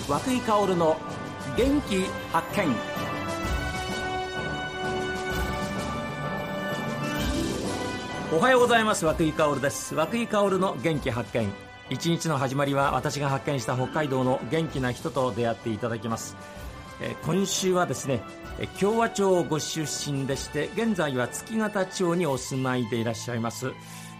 和久井薫の元気発見。おはようございます。和久井薫です。和久井薫の元気発見。一日の始まりは私が発見した北海道の元気な人と出会っていただきます。今週はですね、共和町ご出身でして、現在は月形町にお住まいでいらっしゃいます、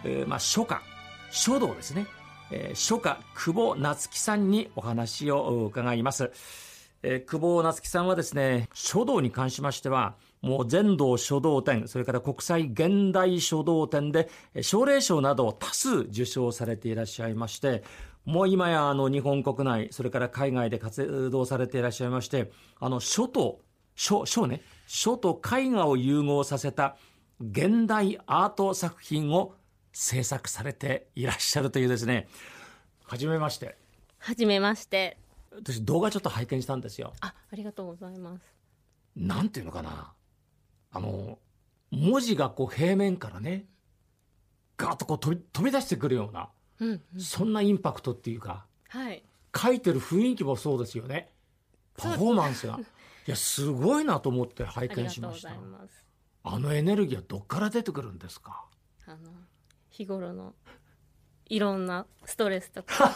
書道ですね、書家久保夏樹さんにお話を伺います。久保夏樹さんはですね、書道に関しましてはもう全道書道展、それから国際現代書道展で奨励賞などを多数受賞されていらっしゃいまして、もう今や日本国内、それから海外で活動されていらっしゃいまして、書と絵画を融合させた現代アート作品を制作されていらっしゃるというですね。はじめまして。 はじめまして。 私動画ちょっと拝見したんですよ。 ありがとうございます。 なんていうのかな、文字がこう平面からねガーッとこう飛び出してくるような、そんなインパクトっていうか、 はい、 書いてる雰囲気もそうですよね。パフォーマンスがいやすごいなと思って拝見しました。エネルギーはどっから出てくるんですか？ 日頃のいろんなストレスとか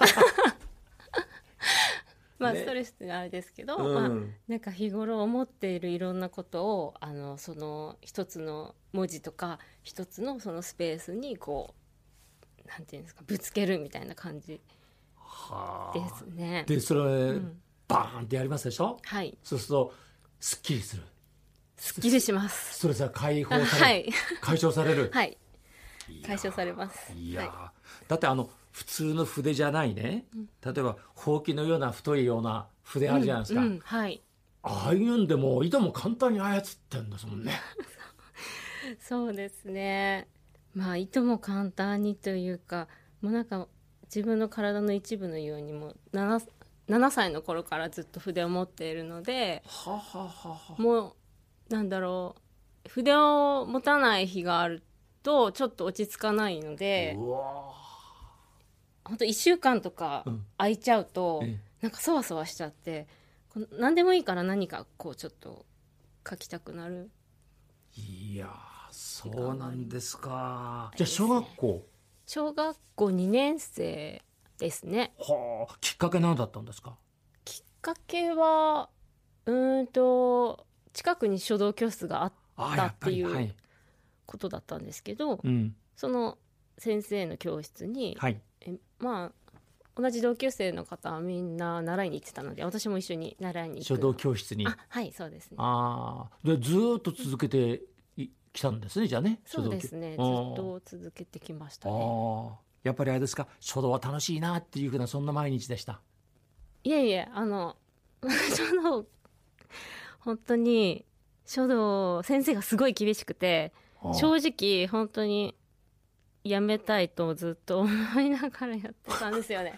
ストレスがあれですけど、なんか日頃思っているいろんなことをその一つの文字とか一つのそのスペースにこうなんていうんですか、ぶつけるみたいな感じですね。 でそれ、バーンってやりますでしょ。 はい。 そうするとすっきりする。 すっきりします。 ストレスが解放される、はい、解消される。 はい、解消されます。 いや、だって普通の筆じゃないね、例えばほうきのような太いような筆あるじゃないですか、 はい、 ああいうんでも糸も簡単に操ってんですもんね。 そうですね。糸も簡単にというか、もうなんか自分の体の一部のようにも7歳の頃からずっと筆を持っているので、もうなんだろう、筆を持たない日があるとちょっと落ち着かないので、本当1週間とか空いちゃうと、なんかそわそわしちゃって、何でもいいから何かこうちょっと書きたくなる。 いやそうなんですか。じゃあ小学校 2年生ですね。 はあ、きっかけ何だったんですか？ きっかけは近くに書道教室があったっていうことだったんですけど、その先生の教室に、同じ同級生の方はみんな習いに行ってたので、私も一緒に習いに行く。 書道教室に。 はい、そうですね。 でずっと続けてきたんですね。じゃあね。 そうですね、ずっと続けてきましたね。 やっぱりあれですか、書道は楽しいなっていうふうなそんな毎日でした？ いえ書道本当に書道先生がすごい厳しくて、正直本当にやめたいとずっと思いながらやってたんですよね。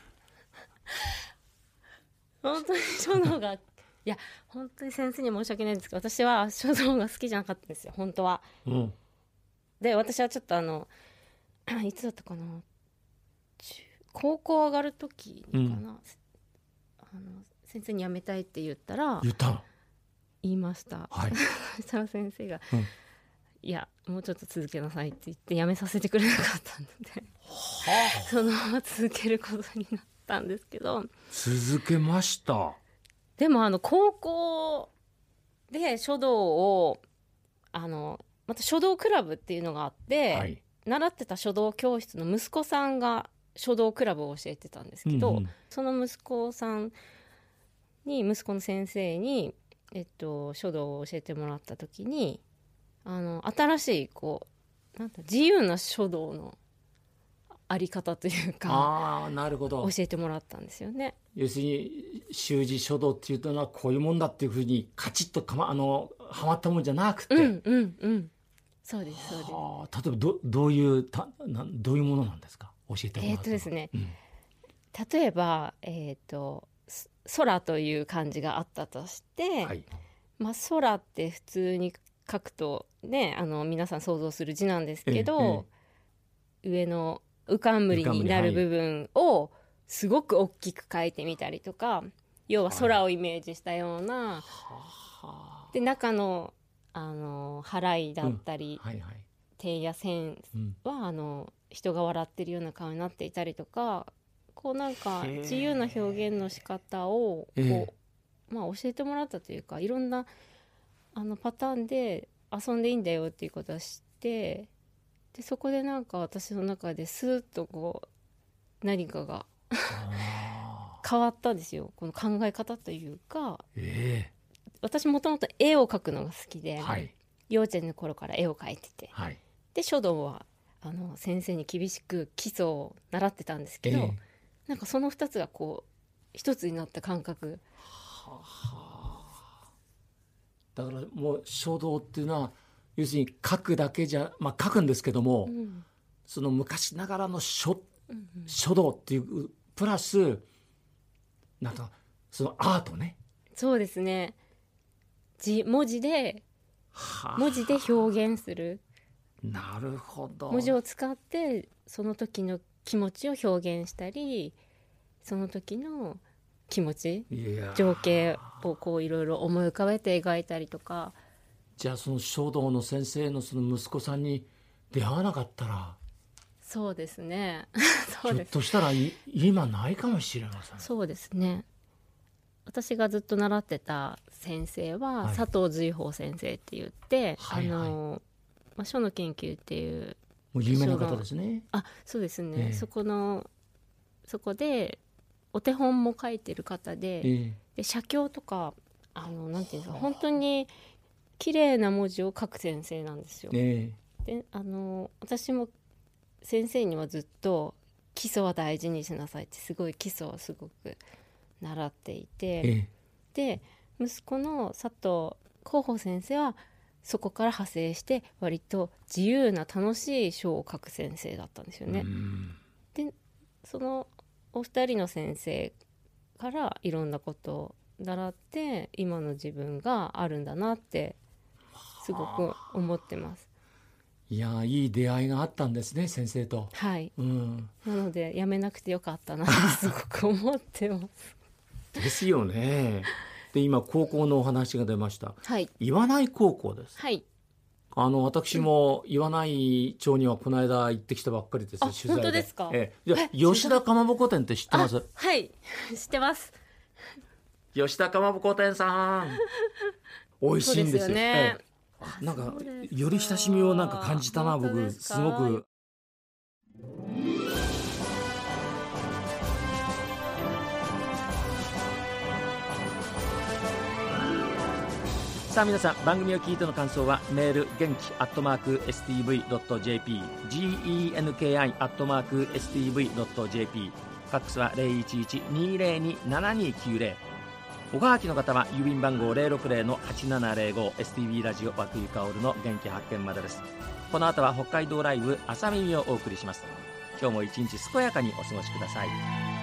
本当に書道が本当に先生に申し訳ないんですけど、私は書道が好きじゃなかったんですよ本当は、で私はちょっといつだったかな、高校上がる時にかな、先生に辞めたいって言ったら言いました、そしたら先生が、いやもうちょっと続けなさいって言って辞めさせてくれなかったのでそのまま続けることになったんですけど。 続けました。 でも高校で書道をまた書道クラブっていうのがあって、習ってた書道教室の息子さんが書道クラブを教えてたんですけど、その息子の先生に、書道を教えてもらった時に新しい自由な書道のあり方というか、 なるほど、 教えてもらったんですよね。 要するに習字書道っていうのはこういうもんだっていうふうにカチッとはまったもんじゃなくて、 そうですそうです。 例えばどういうものなんですか？教えてもらうと。 ですね、例えば、空という漢字があったとして、空って普通に書くとね、皆さん想像する字なんですけど、上のうかんむりになる部分をすごく大きく書いてみたりとか、 要は空をイメージしたような、で中の、払いだったり、手や線は、人が笑ってるような顔になっていたりとか、こうなんか自由な表現の仕方をこう、教えてもらったというか、いろんなパターンで遊んでいいんだよっていうことを知って、でそこでなんか私の中でスーッとこう何かが変わったんですよ、この考え方というか。私もともと絵を描くのが好きで、幼稚園の頃から絵を描いてて、で書道は先生に厳しく基礎を習ってたんですけど、なんかその2つがこう一つになった感覚。 だからもう書道っていうのは要するに書くだけじゃ、書くんですけども、その昔ながらの書道っていうプラスなんかそのアートね。 そうですね、文字で表現する。 なるほど。 文字を使ってその時の気持ちを表現したり、その時の気持ち、情景をこういろいろ思い浮かべて描いたりとか。 じゃあその書道の先生のその息子さんに出会わなかったら。 そうですねひょっとしたら今ないかもしれません。 そうですね。私がずっと習ってた先生は、佐藤随宝先生って言って、書の研究っていうもう有名な方ですね。 そうですね、そこでお手本も書いてる方で、写経とかなんていうんですか、本当に綺麗な文字を書く先生なんですよ。で私も先生にはずっと基礎は大事にしなさいって、すごい基礎をすごく習っていて、で息子の佐藤広報先生はそこから派生して割と自由な楽しい書を書く先生だったんですよね。でそのお二人の先生からいろんなことを習って今の自分があるんだなってすごく思ってます。 いや、いい出会いがあったんですね、先生と。 なのでやめなくてよかったなってすごく思ってますですよね。で今高校のお話が出ました、岩内高校です。私も岩内町にはこの間行ってきたばっかりです。取材で。 本当ですか。 じゃあ吉田かまぼこ店って知ってます？ はい知ってます。 吉田かまぼこ店さん美味しいんですよね。なんかより親しみをなんか感じたな、僕すごく。さあ皆さん、番組を聞いての感想はメール元気@stv.jp genki@stv.jp ファックスは 011-202-7290。おはがきの方は郵便番号 060-8705 STV ラジオ和久井薫の元気発見までです。この後は北海道ライブ朝耳をお送りします。今日も一日健やかにお過ごしください。